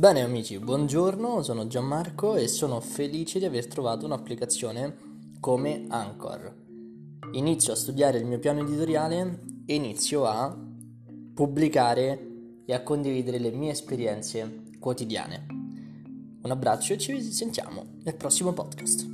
Bene amici, buongiorno, sono Gianmarco e sono felice di aver trovato un'applicazione come Anchor. Inizio a studiare il mio piano editoriale e inizio a pubblicare e a condividere le mie esperienze quotidiane. Un abbraccio e ci sentiamo nel prossimo podcast.